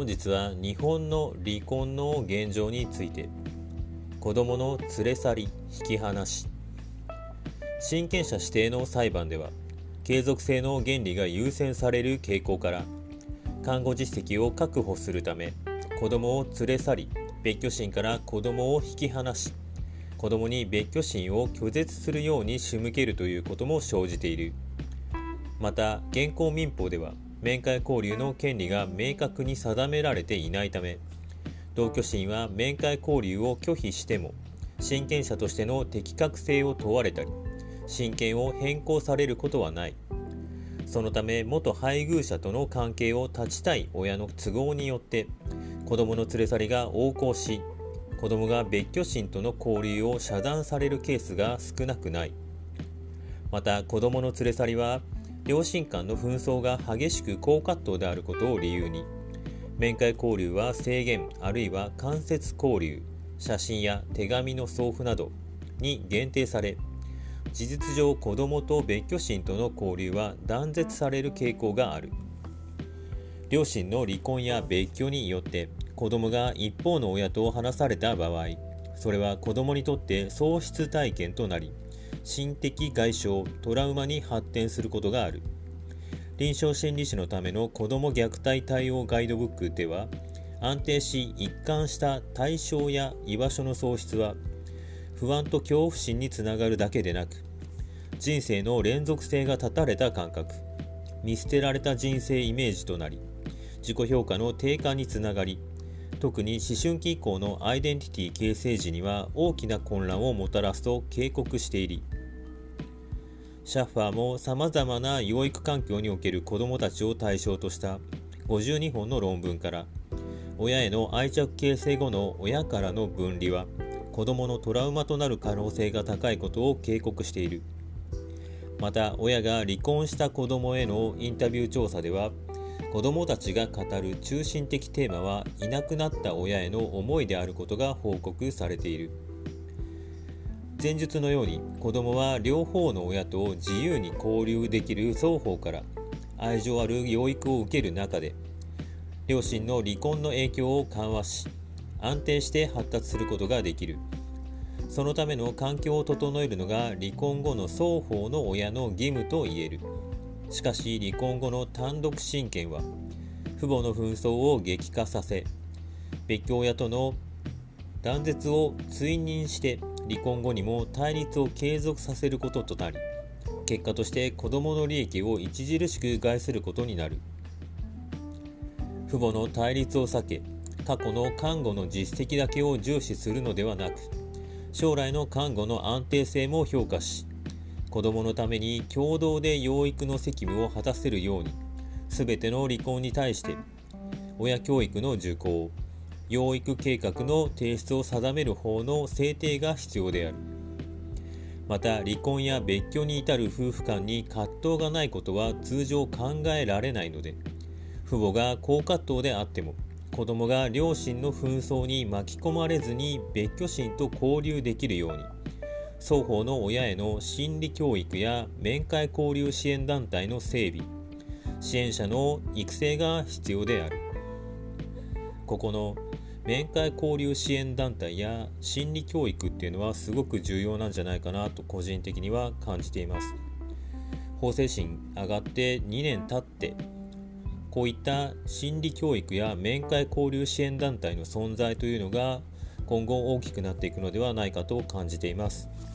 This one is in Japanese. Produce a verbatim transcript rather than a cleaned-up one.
本日は日本の離婚の現状について、子どもの連れ去り引き離し。親権者指定の裁判では継続性の原理が優先される傾向から、看護実績を確保するため子どもを連れ去り、別居親から子どもを引き離し、子どもに別居親を拒絶するように仕向けるということも生じている。また現行民法では面会交流の権利が明確に定められていないため、同居親は面会交流を拒否しても親権者としての適格性を問われたり、親権を変更されることはない。そのため元配偶者との関係を断ちたい親の都合によって子どもの連れ去りが横行し、子どもが別居親との交流を遮断されるケースが少なくない。また子どもの連れ去りは両親間の紛争が激しく高葛藤であることを理由に、面会交流は制限あるいは間接交流、写真や手紙の送付などに限定され、事実上子どもと別居親との交流は断絶される傾向がある。両親の離婚や別居によって子どもが一方の親と離された場合、それは子どもにとって喪失体験となり、心的外傷、トラウマに発展することがある。臨床心理士のための子ども虐待対応ガイドブックでは、安定し一貫した対象や居場所の喪失は不安と恐怖心につながるだけでなく、人生の連続性が絶たれた感覚、見捨てられた人生イメージとなり、自己評価の低下につながり、特に思春期以降のアイデンティティ形成時には大きな混乱をもたらすと警告している。シャッファーもさまざまな養育環境における子どもたちを対象としたごじゅうにほんの論文から、親への愛着形成後の親からの分離は子どものトラウマとなる可能性が高いことを警告している。また親が離婚した子どもへのインタビュー調査では、子どもたちが語る中心的テーマはいなくなった親への思いであることが報告されている。前述のように子どもは両方の親と自由に交流できる双方から愛情ある養育を受ける中で、両親の離婚の影響を緩和し、安定して発達することができる。そのための環境を整えるのが離婚後の双方の親の義務と言える。しかし離婚後の単独親権は父母の紛争を激化させ、別居親との断絶を追認して離婚後にも対立を継続させることとなり、結果として子どもの利益を著しく害することになる。父母の対立を避け、過去の看護の実績だけを重視するのではなく、将来の看護の安定性も評価し、子どものために共同で養育の責務を果たせるように、すべての離婚に対して親教育の受講、養育計画の提出を定める法の制定が必要である。また離婚や別居に至る夫婦間に葛藤がないことは通常考えられないので、父母が高葛藤であっても子どもが両親の紛争に巻き込まれずに別居親と交流できるように、双方の親への心理教育や面会交流支援団体の整備、支援者の育成が必要である。ここの面会交流支援団体や心理教育っていうのはすごく重要なんじゃないかなと個人的には感じています。法制審上がってにねん経って、こういった心理教育や面会交流支援団体の存在というのが今後大きくなっていくのではないかと感じています。